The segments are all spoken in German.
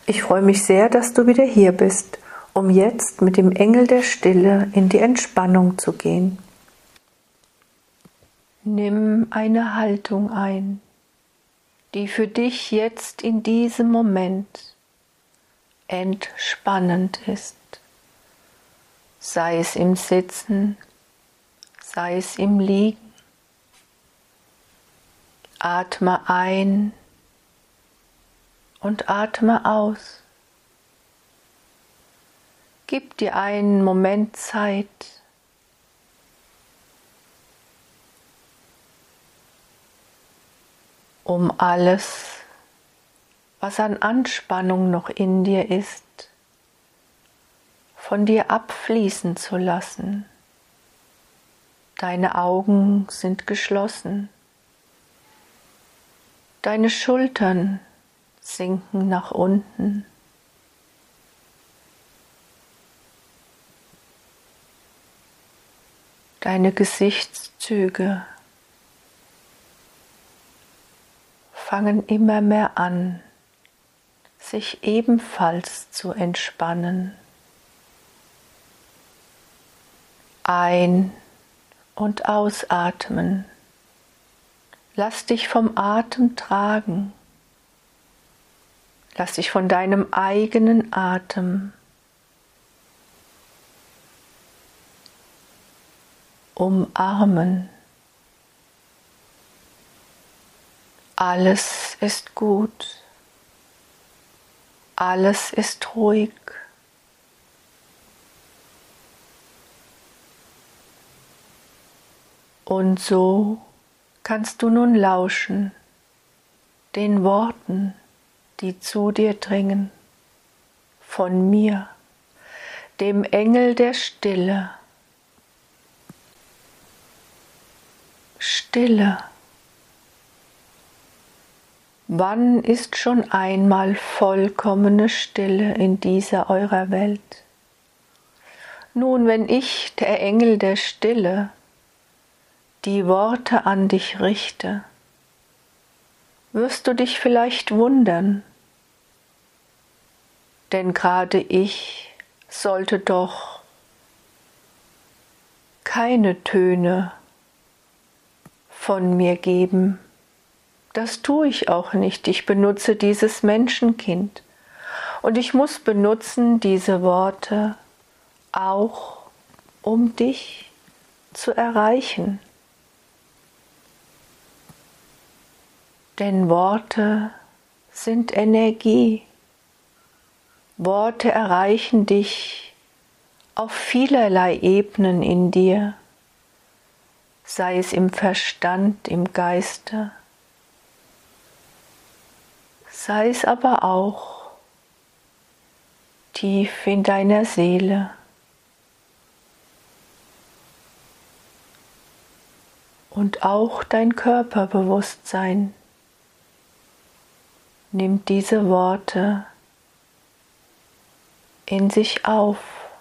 Ich freue mich sehr, dass du wieder hier bist, um jetzt mit dem Engel der Stille in die Entspannung zu gehen. Nimm eine Haltung ein, die für dich jetzt in diesem Moment entspannend ist. Sei es im Sitzen, sei es im Liegen. Atme ein und atme aus. Gib dir einen Moment Zeit, um alles, was an Anspannung noch in dir ist, von dir abfließen zu lassen. Deine Augen sind geschlossen. Deine Schultern sinken nach unten. Deine Gesichtszüge fangen immer mehr an, sich ebenfalls zu entspannen. Ein- und ausatmen. Lass dich vom Atem tragen. Lass dich von deinem eigenen Atem umarmen. Alles ist gut. Alles ist ruhig. Und so kannst du nun lauschen den Worten, die zu dir dringen, von mir, dem Engel der Stille. Stille. Wann ist schon einmal vollkommene Stille in dieser eurer Welt? Nun, wenn ich, der Engel der Stille, die Worte an dich richte, wirst du dich vielleicht wundern, denn gerade ich sollte doch keine Töne von mir geben. Das tue ich auch nicht. Ich benutze dieses Menschenkind und ich muss benutzen diese Worte auch, um dich zu erreichen. Denn Worte sind Energie. Worte erreichen dich auf vielerlei Ebenen in dir, sei es im Verstand, im Geiste, sei es aber auch tief in deiner Seele. Und auch dein Körperbewusstsein nimmt diese Worte in sich auf.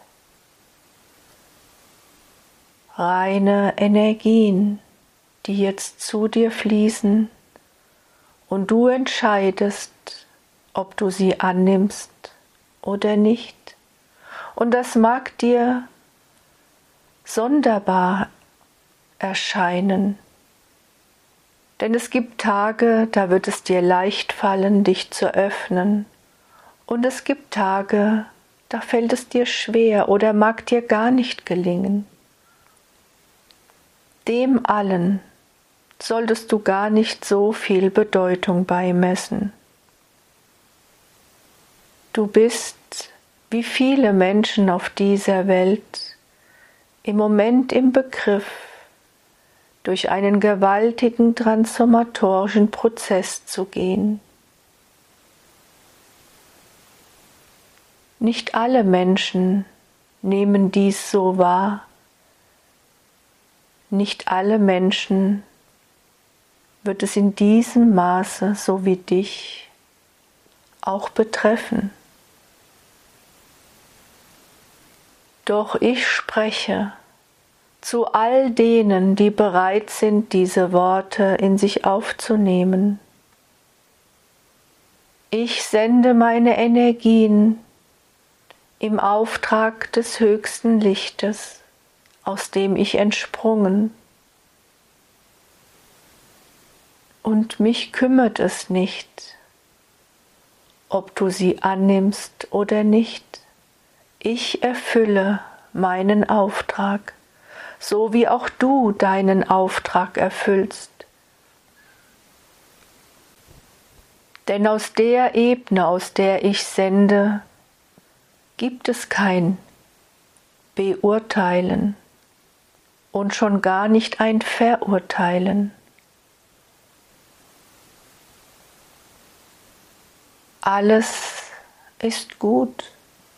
Reine Energien, die jetzt zu dir fließen und du entscheidest, ob du sie annimmst oder nicht. Und das mag dir sonderbar erscheinen. Denn es gibt Tage, da wird es dir leicht fallen, dich zu öffnen. Und es gibt Tage, da fällt es dir schwer oder mag dir gar nicht gelingen. Dem allen solltest du gar nicht so viel Bedeutung beimessen. Du bist, wie viele Menschen auf dieser Welt, im Moment im Begriff, durch einen gewaltigen transformatorischen Prozess zu gehen. Nicht alle Menschen nehmen dies so wahr. Nicht alle Menschen wird es in diesem Maße, so wie dich, auch betreffen. Doch ich spreche zu all denen, die bereit sind, diese Worte in sich aufzunehmen. Ich sende meine Energien im Auftrag des höchsten Lichtes, aus dem ich entsprungen. Und mich kümmert es nicht, ob du sie annimmst oder nicht. Ich erfülle meinen Auftrag, so wie auch du deinen Auftrag erfüllst. Denn aus der Ebene, aus der ich sende, gibt es kein Beurteilen und schon gar nicht ein Verurteilen. Alles ist gut.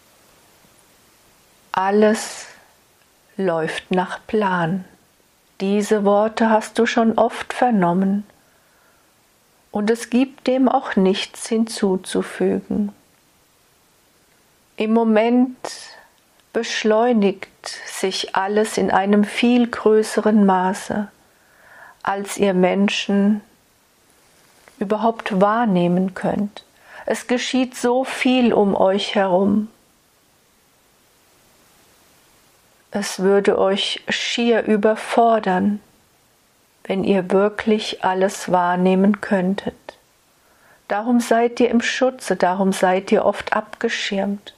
Alles läuft nach Plan. Diese Worte hast du schon oft vernommen. Und es gibt dem auch nichts hinzuzufügen. Im Moment beschleunigt sich alles in einem viel größeren Maße, als ihr Menschen überhaupt wahrnehmen könnt. Es geschieht so viel um euch herum. Es würde euch schier überfordern, wenn ihr wirklich alles wahrnehmen könntet. Darum seid ihr im Schutze, darum seid ihr oft abgeschirmt.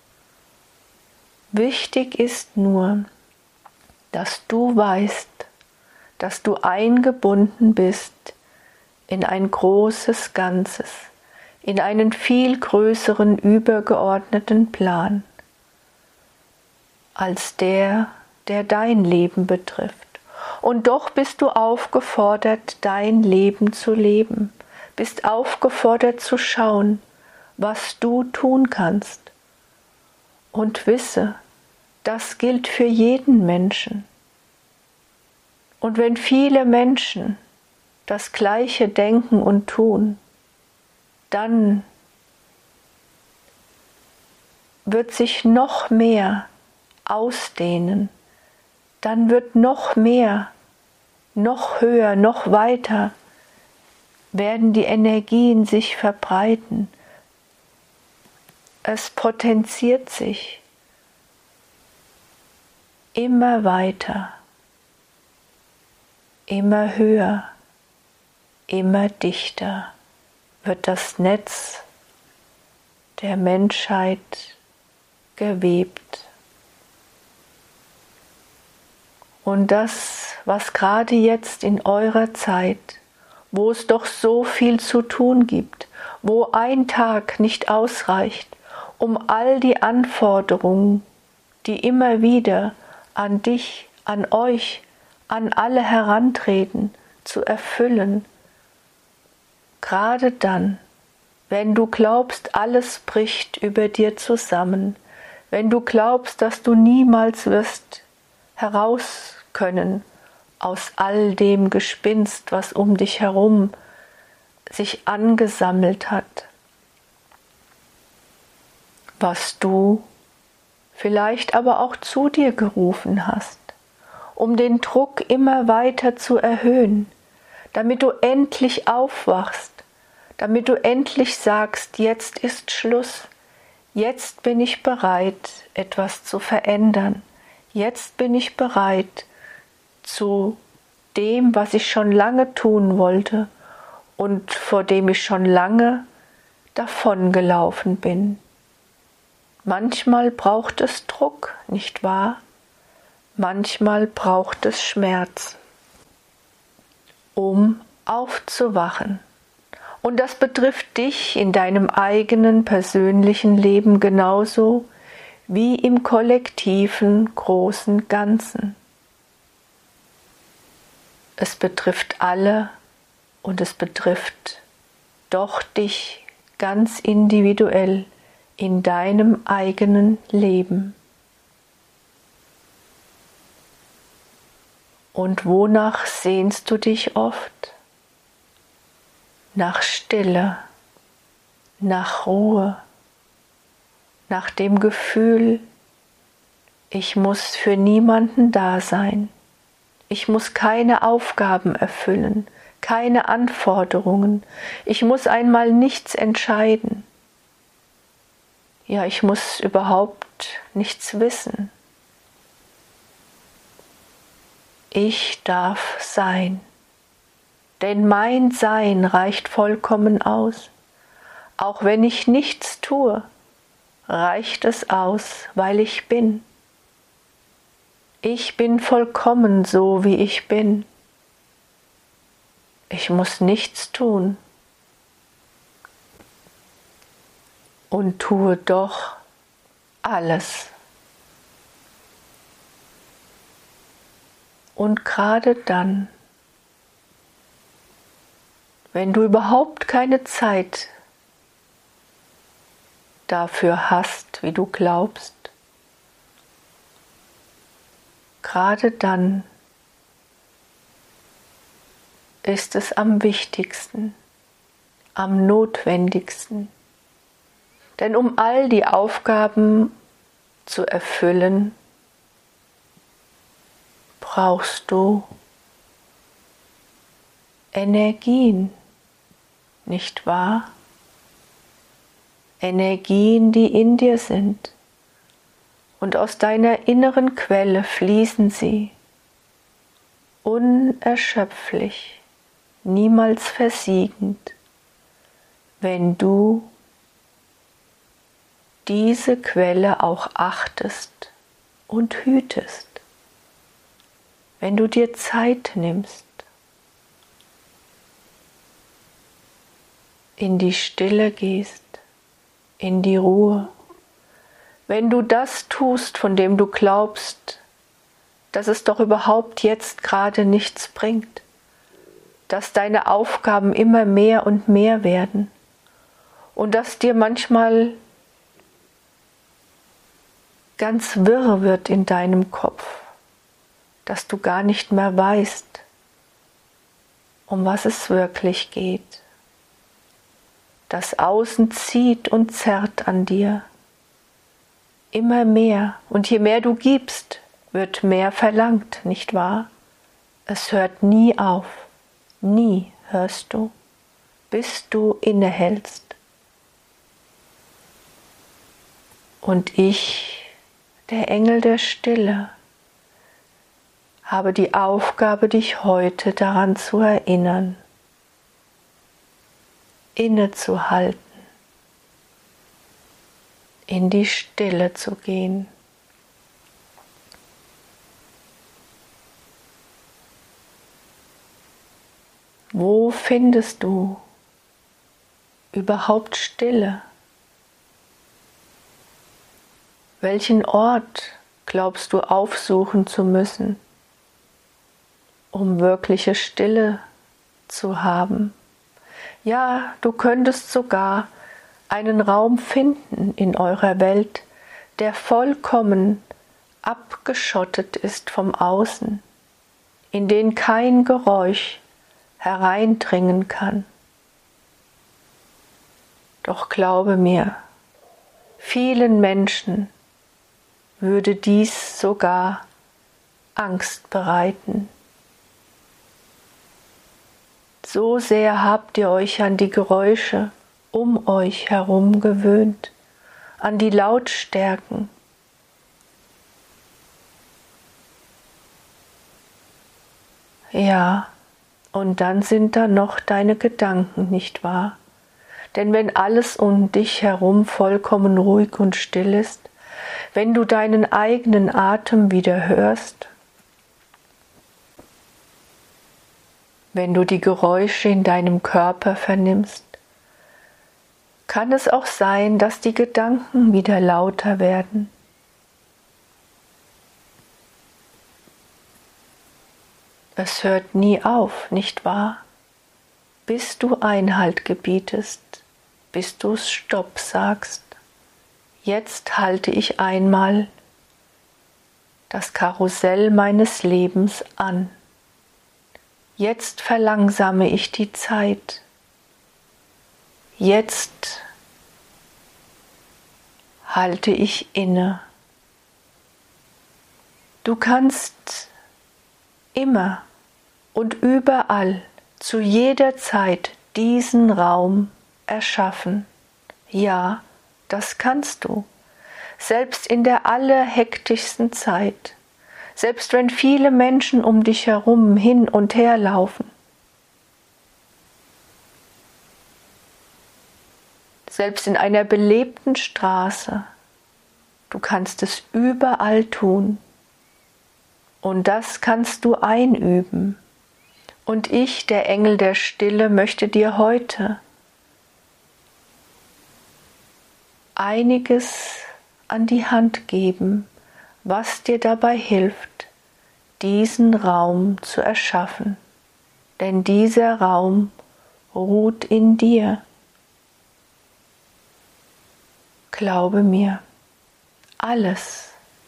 Wichtig ist nur, dass du weißt, dass du eingebunden bist in ein großes Ganzes, in einen viel größeren, übergeordneten Plan, als der dein Leben betrifft. Und doch bist du aufgefordert, dein Leben zu leben, bist aufgefordert zu schauen, was du tun kannst. Und wisse, das gilt für jeden Menschen. Und wenn viele Menschen das Gleiche denken und tun, dann wird sich noch mehr ausdehnen, dann wird noch mehr, noch höher, noch weiter werden die Energien sich verbreiten. Es potenziert sich immer weiter, immer höher, immer dichter wird das Netz der Menschheit gewebt. Und das, was gerade jetzt in eurer Zeit, wo es doch so viel zu tun gibt, wo ein Tag nicht ausreicht, um all die Anforderungen, die immer wieder an dich, an euch, an alle herantreten, zu erfüllen. Gerade dann, wenn du glaubst, alles bricht über dir zusammen, wenn du glaubst, dass du niemals wirst heraus können aus all dem Gespinst, was um dich herum sich angesammelt hat, was du vielleicht aber auch zu dir gerufen hast, um den Druck immer weiter zu erhöhen, damit du endlich aufwachst, damit du endlich sagst, jetzt ist Schluss, jetzt bin ich bereit, etwas zu verändern, jetzt bin ich bereit zu dem, was ich schon lange tun wollte und vor dem ich schon lange davongelaufen bin. Manchmal braucht es Druck, nicht wahr? Manchmal braucht es Schmerz, um aufzuwachen. Und das betrifft dich in deinem eigenen persönlichen Leben genauso wie im kollektiven großen Ganzen. Es betrifft alle und es betrifft doch dich ganz individuell in deinem eigenen Leben. Und wonach sehnst du dich oft? Nach Stille, nach Ruhe, nach dem Gefühl, ich muss für niemanden da sein. Ich muss keine Aufgaben erfüllen, keine Anforderungen. Ich muss einmal nichts entscheiden. Ja, ich muss überhaupt nichts wissen. Ich darf sein, denn mein Sein reicht vollkommen aus. Auch wenn ich nichts tue, reicht es aus, weil ich bin. Ich bin vollkommen so, wie ich bin. Ich muss nichts tun und tue doch alles. Und gerade dann, wenn du überhaupt keine Zeit dafür hast, wie du glaubst, gerade dann ist es am wichtigsten, am notwendigsten. Denn um all die Aufgaben zu erfüllen, brauchst du Energien, nicht wahr? Energien, die in dir sind. Und aus deiner inneren Quelle fließen sie unerschöpflich, niemals versiegend, wenn du diese Quelle auch achtest und hütest, wenn du dir Zeit nimmst, in die Stille gehst, in die Ruhe, wenn du das tust, von dem du glaubst, dass es doch überhaupt jetzt gerade nichts bringt, dass deine Aufgaben immer mehr und mehr werden und dass dir manchmal ganz wirr wird in deinem Kopf, dass du gar nicht mehr weißt, um was es wirklich geht. Das Außen zieht und zerrt an dir, immer mehr, und je mehr du gibst, wird mehr verlangt, nicht wahr? Es hört nie auf, nie hörst du, bis du innehältst. Und ich, der Engel der Stille, habe die Aufgabe, dich heute daran zu erinnern, innezuhalten, in die Stille zu gehen. Wo findest du überhaupt Stille? Welchen Ort glaubst du aufsuchen zu müssen, um wirkliche Stille zu haben? Ja, du könntest sogar einen Raum finden in eurer Welt, der vollkommen abgeschottet ist vom Außen, in den kein Geräusch hereindringen kann. Doch glaube mir, vielen Menschen würde dies sogar Angst bereiten. So sehr habt ihr euch an die Geräusche um euch herum gewöhnt, an die Lautstärken. Ja, und dann sind da noch deine Gedanken, nicht wahr? Denn wenn alles um dich herum vollkommen ruhig und still ist, wenn du deinen eigenen Atem wieder hörst, wenn du die Geräusche in deinem Körper vernimmst, kann es auch sein, dass die Gedanken wieder lauter werden. Es hört nie auf, nicht wahr? Bis du Einhalt gebietest, bis du Stopp sagst. Jetzt halte ich einmal das Karussell meines Lebens an. Jetzt verlangsame ich die Zeit. Jetzt halte ich inne. Du kannst immer und überall zu jeder Zeit diesen Raum erschaffen. Ja, das kannst du, selbst in der allerhektischsten Zeit, selbst wenn viele Menschen um dich herum hin und her laufen, selbst in einer belebten Straße, du kannst es überall tun. Und das kannst du einüben. Und ich, der Engel der Stille, möchte dir heute einiges an die Hand geben, was dir dabei hilft, diesen Raum zu erschaffen. Denn dieser Raum ruht in dir. Glaube mir, alles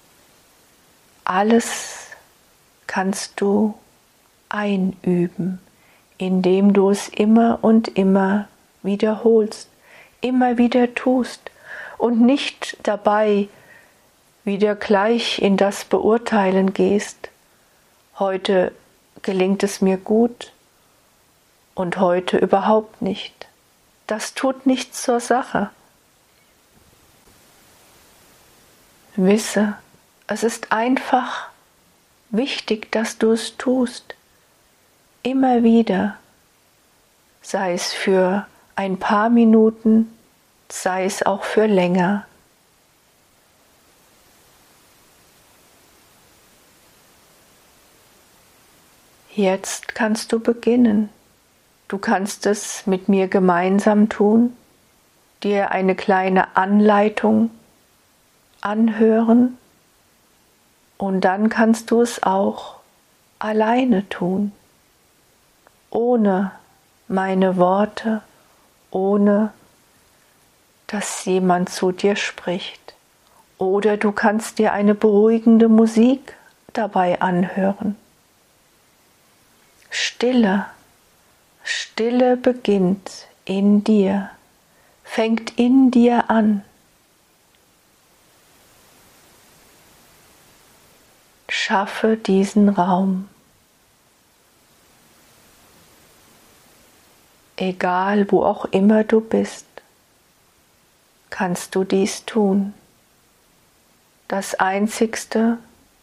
kannst du einüben, indem du es immer und immer wiederholst, immer wieder tust und nicht dabei wieder gleich in das Beurteilen gehst. Heute gelingt es mir gut und heute überhaupt nicht. Das tut nichts zur Sache. Wisse, es ist einfach wichtig, dass du es tust. Immer wieder, sei es für ein paar Minuten, sei es auch für länger. Jetzt kannst du beginnen. Du kannst es mit mir gemeinsam tun, dir eine kleine Anleitung anhören und dann kannst du es auch alleine tun, ohne meine Worte, ohne dass jemand zu dir spricht. Oder du kannst dir eine beruhigende Musik dabei anhören. Stille beginnt in dir, fängt in dir an. Schaffe diesen Raum. Egal wo auch immer du bist, kannst du dies tun. Das Einzigste,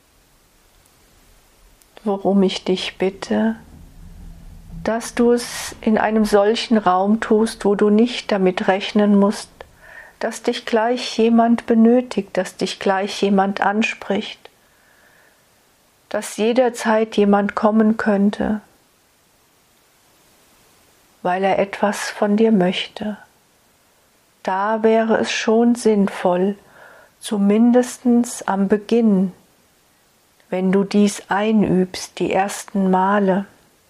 worum ich dich bitte, dass du es in einem solchen Raum tust, wo du nicht damit rechnen musst, dass dich gleich jemand benötigt, dass dich gleich jemand anspricht, dass jederzeit jemand kommen könnte, weil er etwas von dir möchte. Da wäre es schon sinnvoll, zumindest am Beginn, wenn du dies einübst, die ersten Male,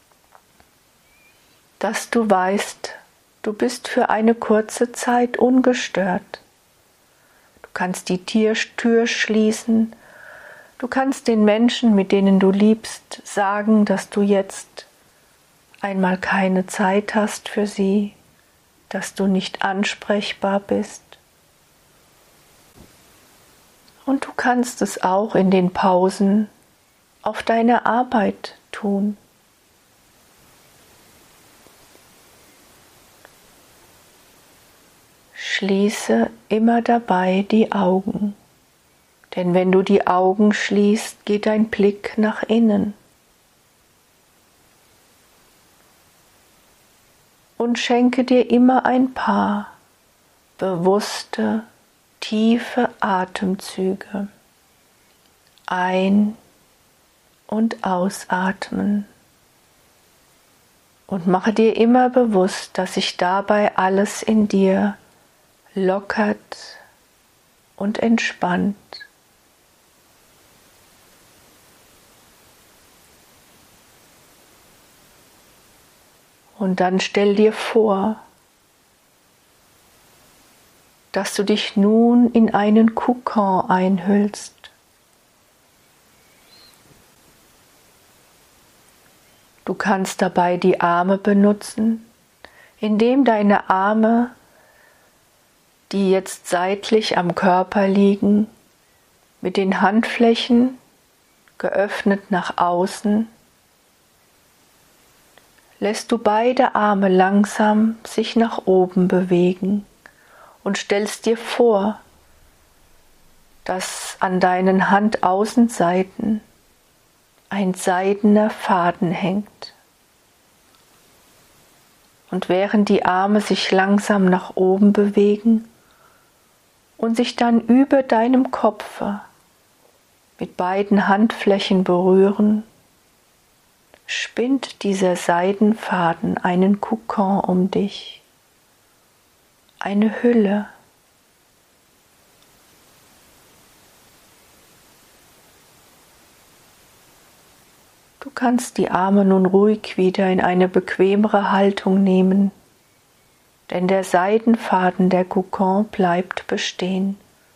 dass du weißt, du bist für eine kurze Zeit ungestört. Du kannst die Tür schließen, du kannst den Menschen, mit denen du liebst, sagen, dass du jetzt einmal keine Zeit hast für sie, dass du nicht ansprechbar bist. Und du kannst es auch in den Pausen auf deine Arbeit tun. Schließe immer dabei die Augen, denn wenn du die Augen schließt, geht dein Blick nach innen. Und schenke dir immer ein paar bewusste, tiefe Atemzüge. Ein- und ausatmen. Und mache dir immer bewusst, dass sich dabei alles in dir lockert und entspannt. Und dann stell dir vor, dass du dich nun in einen Kokon einhüllst. Du kannst dabei die Arme benutzen, indem deine Arme, die jetzt seitlich am Körper liegen, mit den Handflächen geöffnet nach außen, lässt du beide Arme langsam sich nach oben bewegen und stellst dir vor, dass an deinen Handaußenseiten ein seidener Faden hängt. Und während die Arme sich langsam nach oben bewegen und sich dann über deinem Kopfe mit beiden Handflächen berühren, spinnt dieser Seidenfaden einen Kokon um dich, eine Hülle. Du kannst die Arme nun ruhig wieder in eine bequemere Haltung nehmen, denn der Seidenfaden, der Kokon, bleibt bestehen.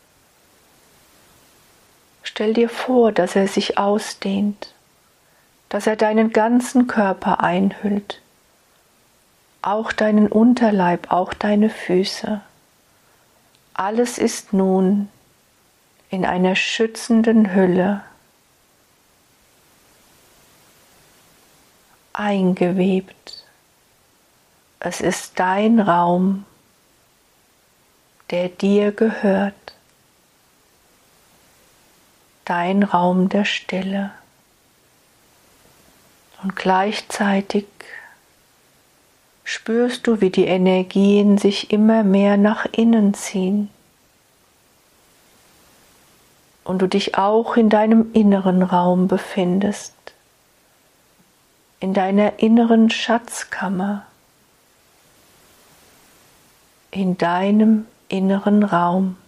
Stell dir vor, dass er sich ausdehnt, dass er deinen ganzen Körper einhüllt, auch deinen Unterleib, auch deine Füße. Alles ist nun in einer schützenden Hülle eingewebt. Es ist dein Raum, der dir gehört, dein Raum der Stille. Und gleichzeitig spürst du, wie die Energien sich immer mehr nach innen ziehen und du dich auch in deinem inneren Raum befindest, in deiner inneren Schatzkammer, in deinem inneren Raum,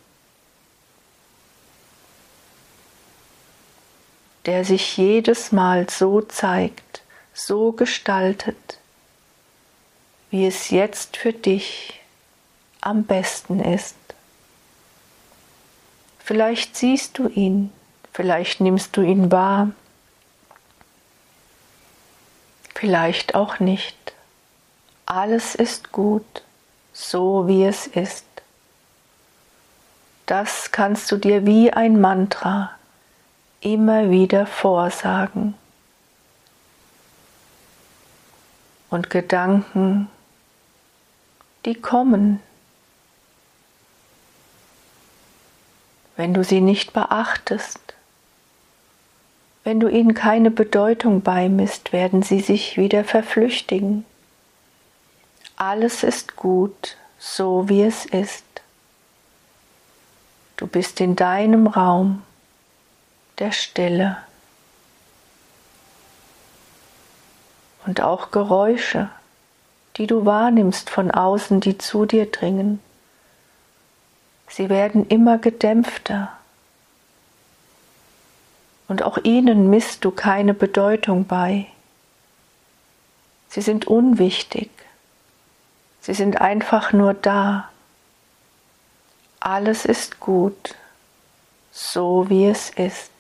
der sich jedes Mal so zeigt, so gestaltet, wie es jetzt für dich am besten ist. Vielleicht siehst du ihn, vielleicht nimmst du ihn wahr, vielleicht auch nicht. Alles ist gut, so wie es ist. Das kannst du dir wie ein Mantra immer wieder vorsagen. Und Gedanken, die kommen, wenn du sie nicht beachtest, wenn du ihnen keine Bedeutung beimisst, werden sie sich wieder verflüchtigen. Alles ist gut, so wie es ist. Du bist in deinem Raum der Stille. Und auch Geräusche, die du wahrnimmst von außen, die zu dir dringen, sie werden immer gedämpfter. Und auch ihnen misst du keine Bedeutung bei. Sie sind unwichtig. Sie sind einfach nur da. Alles ist gut, so wie es ist.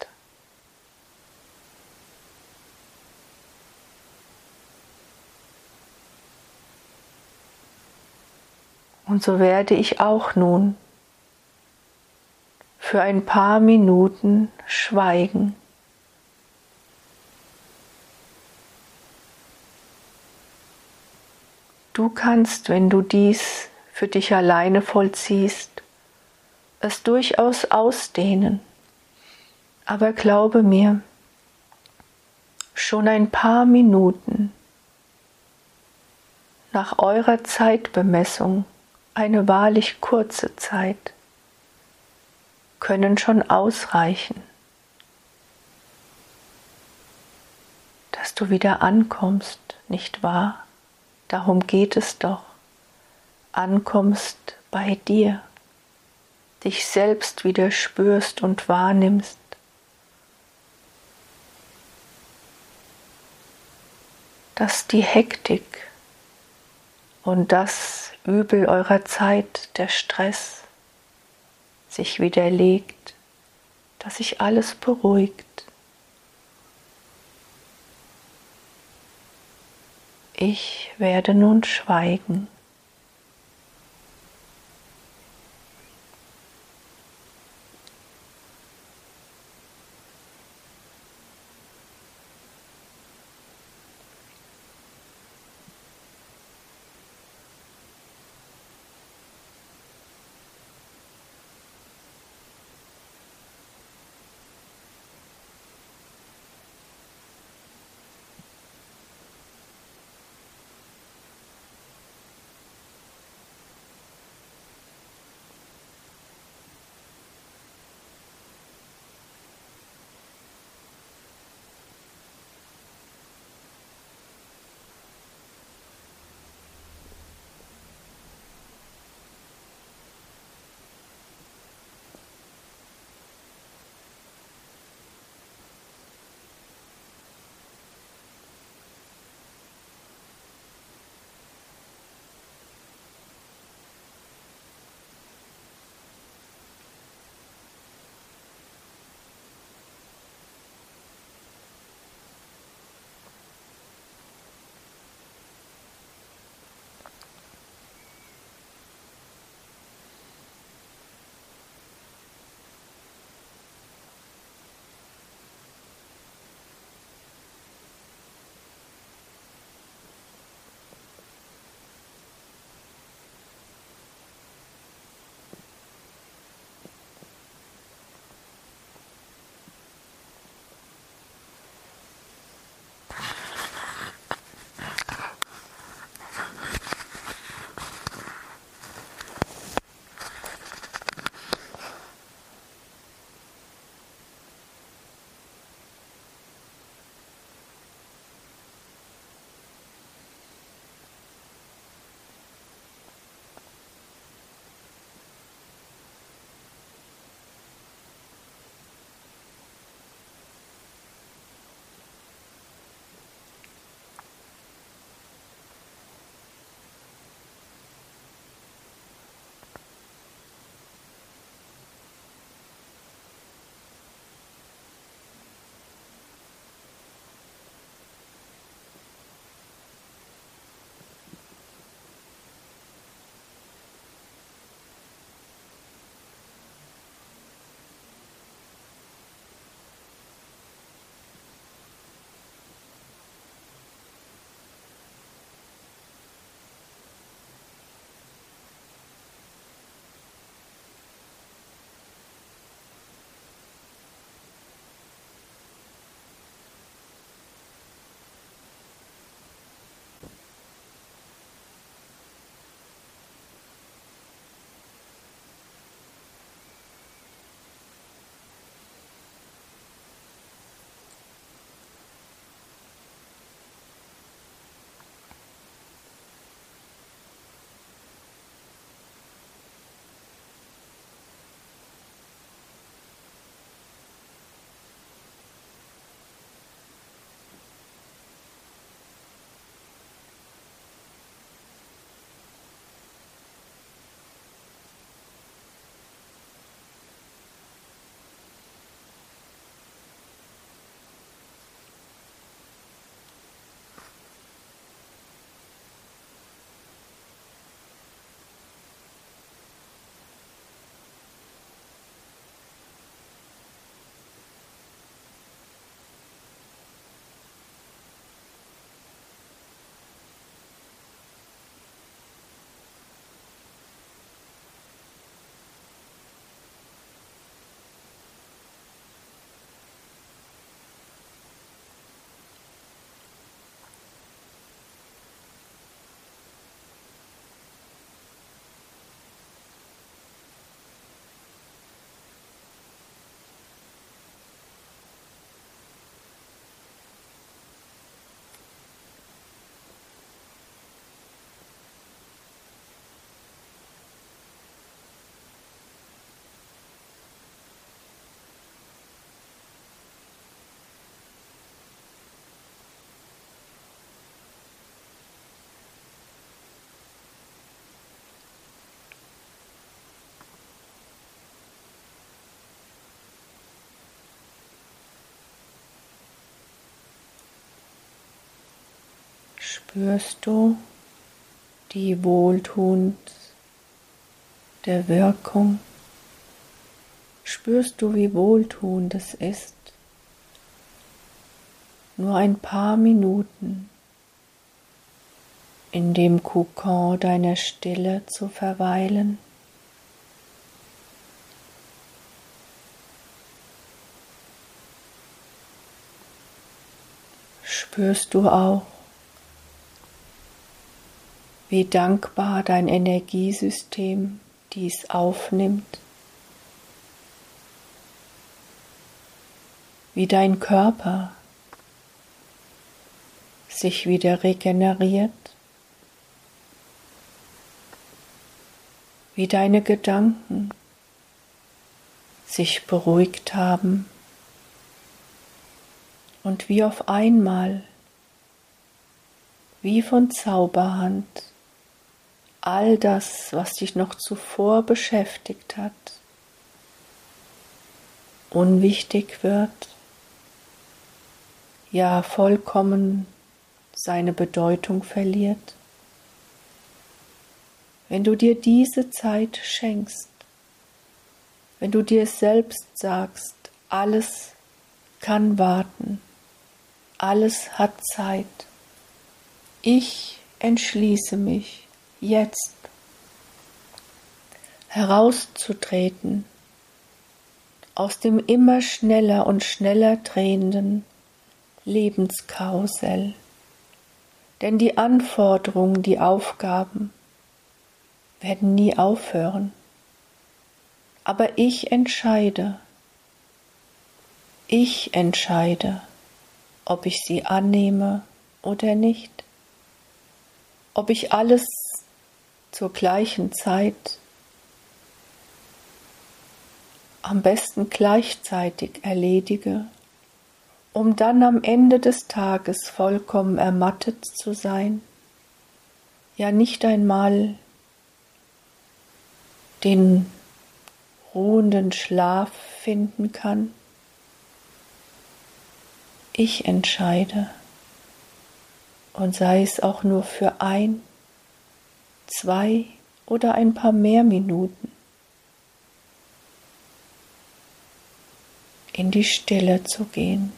Und so werde ich auch nun für ein paar Minuten schweigen. Du kannst, wenn du dies für dich alleine vollziehst, es durchaus ausdehnen. Aber glaube mir, schon ein paar Minuten nach eurer Zeitbemessung, eine wahrlich kurze Zeit, können schon ausreichen, dass du wieder ankommst, nicht wahr? Darum geht es doch. Ankommst bei dir, dich selbst wieder spürst und wahrnimmst. Dass die Hektik und das Übel eurer Zeit, der Stress, sich widerlegt, dass sich alles beruhigt. Ich werde nun schweigen. Spürst du die Wohltuend der Wirkung? Spürst du, wie wohltuend es ist, nur ein paar Minuten in dem Kokon deiner Stille zu verweilen? Spürst du auch, wie dankbar dein Energiesystem dies aufnimmt, wie dein Körper sich wieder regeneriert, wie deine Gedanken sich beruhigt haben und wie auf einmal, wie von Zauberhand, all das, was dich noch zuvor beschäftigt hat, unwichtig wird, ja vollkommen seine Bedeutung verliert. Wenn du dir diese Zeit schenkst, wenn du dir selbst sagst, alles kann warten, alles hat Zeit, ich entschließe mich jetzt herauszutreten aus dem immer schneller und schneller drehenden Lebenskarussell. Denn die Anforderungen, die Aufgaben werden nie aufhören. Aber ich entscheide, ob ich sie annehme oder nicht. Ob ich alles zur gleichen Zeit, am besten gleichzeitig erledige, um dann am Ende des Tages vollkommen ermattet zu sein, ja nicht einmal den ruhenden Schlaf finden kann. Ich entscheide, und sei es auch nur für 1, 2 oder ein paar mehr Minuten, in die Stille zu gehen.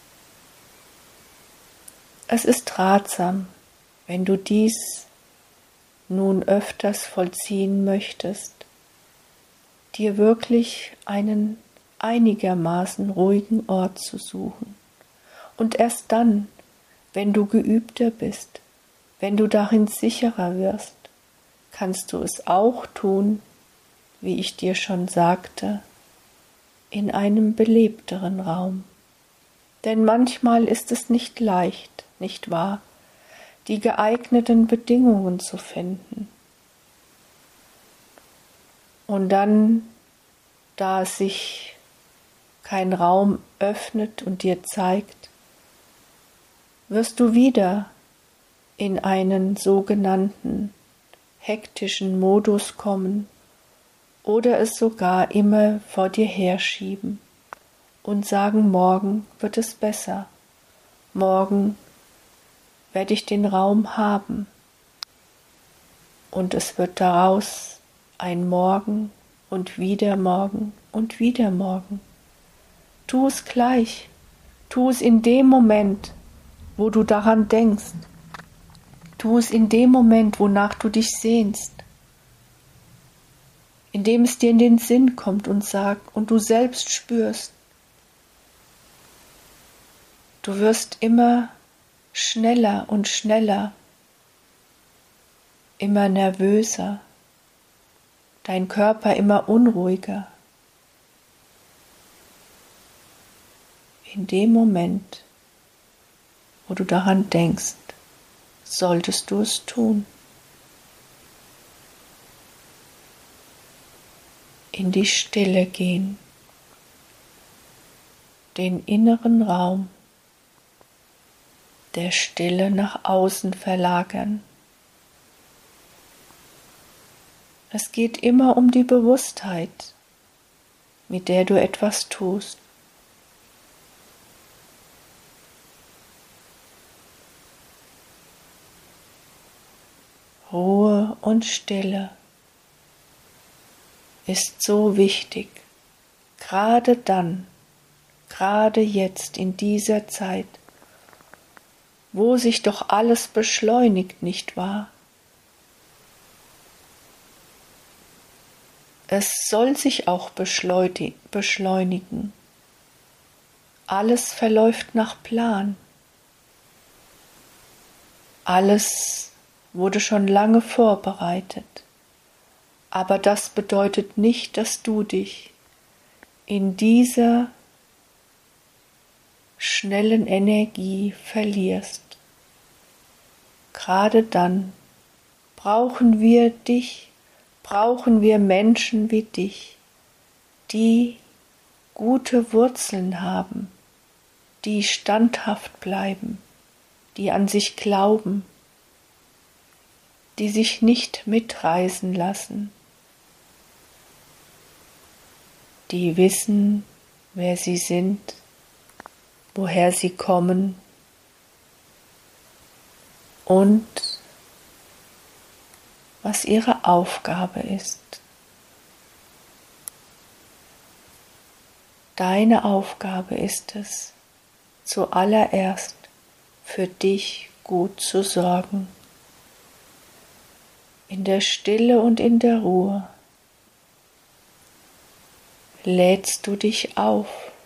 Es ist ratsam, wenn du dies nun öfters vollziehen möchtest, dir wirklich einen einigermaßen ruhigen Ort zu suchen und erst dann, wenn du geübter bist, wenn du darin sicherer wirst, kannst du es auch tun, wie ich dir schon sagte, in einem belebteren Raum. Denn manchmal ist es nicht leicht, nicht wahr, die geeigneten Bedingungen zu finden. Und dann, da sich kein Raum öffnet und dir zeigt, wirst du wieder in einen sogenannten hektischen Modus kommen oder es sogar immer vor dir herschieben und sagen, morgen wird es besser, morgen werde ich den Raum haben und es wird daraus ein Morgen und wieder Morgen und wieder Morgen. Tu es gleich, tu es in dem Moment, wo du daran denkst. Tu es in dem Moment, wonach du dich sehnst, indem es dir in den Sinn kommt und sagt und du selbst spürst. Du wirst immer schneller und schneller, immer nervöser, dein Körper immer unruhiger. In dem Moment, wo du daran denkst, solltest du es tun. In die Stille gehen, den inneren Raum der Stille nach außen verlagern. Es geht immer um die Bewusstheit, mit der du etwas tust. Ruhe und Stille ist so wichtig, gerade dann, gerade jetzt in dieser Zeit, wo sich doch alles beschleunigt, nicht wahr? Es soll sich auch beschleunigen. Alles verläuft nach Plan. Alles wurde schon lange vorbereitet. Aber das bedeutet nicht, dass du dich in dieser schnellen Energie verlierst. Gerade dann brauchen wir dich, brauchen wir Menschen wie dich, die gute Wurzeln haben, die standhaft bleiben, die an sich glauben, die sich nicht mitreißen lassen, die wissen, wer sie sind, woher sie kommen und was ihre Aufgabe ist. Deine Aufgabe ist es, zuallererst für dich gut zu sorgen. In der Stille und in der Ruhe lädst du dich auf,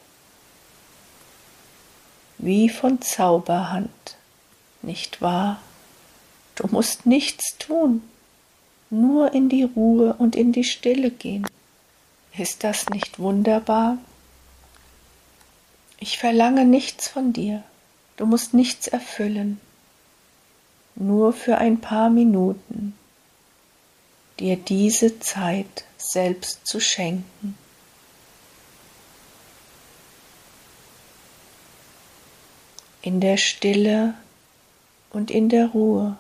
wie von Zauberhand, nicht wahr? Du musst nichts tun, nur in die Ruhe und in die Stille gehen. Ist das nicht wunderbar? Ich verlange nichts von dir, du musst nichts erfüllen, nur für ein paar Minuten dir diese Zeit selbst zu schenken. In der Stille und in der Ruhe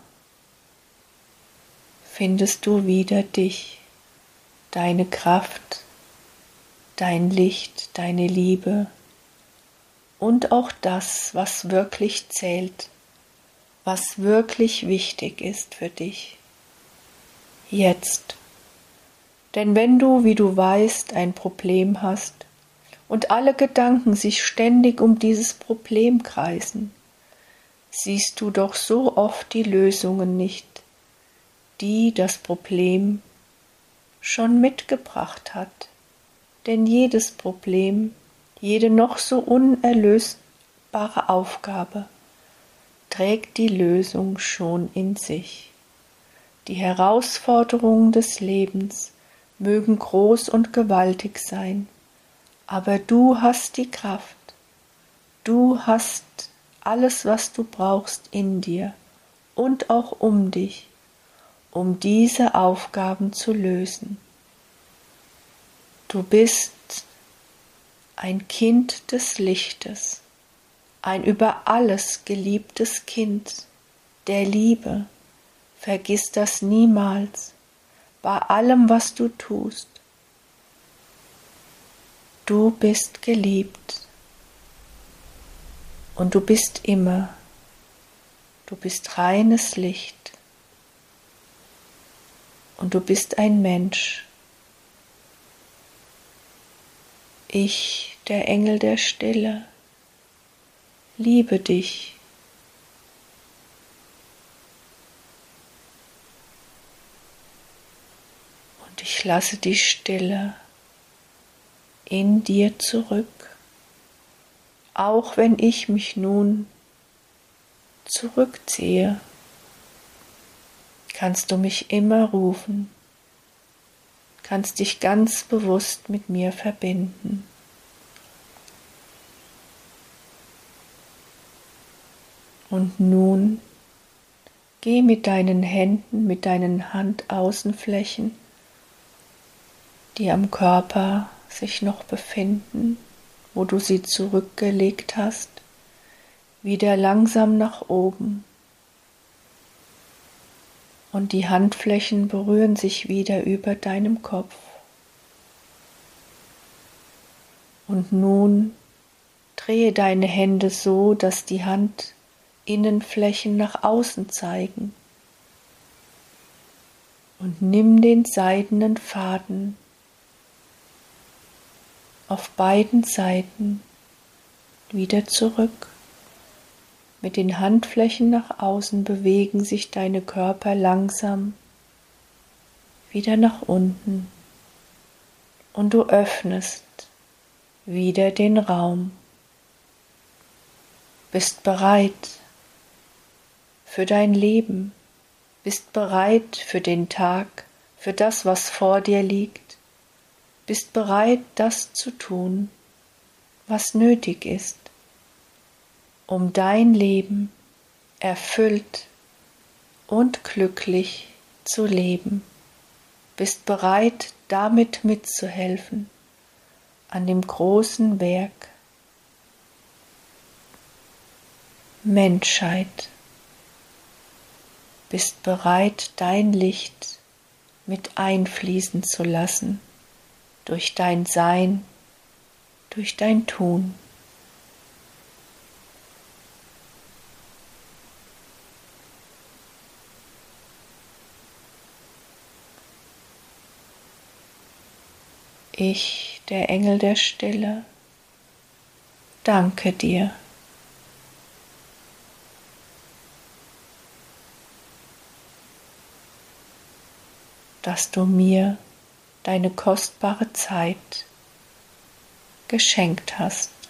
findest du wieder dich, deine Kraft, dein Licht, deine Liebe und auch das, was wirklich zählt, was wirklich wichtig ist für dich. Jetzt. Denn wenn du, wie du weißt, ein Problem hast und alle Gedanken sich ständig um dieses Problem kreisen, siehst du doch so oft die Lösungen nicht, die das Problem schon mitgebracht hat. Denn jedes Problem, jede noch so unerlösbare Aufgabe trägt die Lösung schon in sich. Die Herausforderungen des Lebens mögen groß und gewaltig sein, aber du hast die Kraft, du hast alles, was du brauchst in dir und auch um dich, um diese Aufgaben zu lösen. Du bist ein Kind des Lichtes, ein über alles geliebtes Kind der Liebe. Vergiss das niemals, bei allem, was du tust. Du bist geliebt und du bist immer. Du bist reines Licht und du bist ein Mensch. Ich, der Engel der Stille, liebe dich. Und ich lasse die Stille in dir zurück, auch wenn ich mich nun zurückziehe, kannst du mich immer rufen, kannst dich ganz bewusst mit mir verbinden. Und nun geh mit deinen Händen, mit deinen Handaußenflächen, die am Körper sich noch befinden, wo du sie zurückgelegt hast, wieder langsam nach oben. Und die Handflächen berühren sich wieder über deinem Kopf. Und nun drehe deine Hände so, dass die Handinnenflächen nach außen zeigen. und nimm den seidenen Faden auf beiden Seiten wieder zurück. Mit den Handflächen nach außen bewegen sich deine Körper langsam wieder nach unten und du öffnest wieder den Raum. Bist bereit für dein Leben, bist bereit für den Tag, für das, was vor dir liegt, bist bereit, das zu tun, was nötig ist, um dein Leben erfüllt und glücklich zu leben. Bist bereit, damit mitzuhelfen an dem großen Werk Menschheit. Bist bereit, dein Licht mit einfließen zu lassen durch dein Sein, durch dein Tun. Ich, der Engel der Stille, danke dir. Dass du mir deine kostbare Zeit geschenkt hast.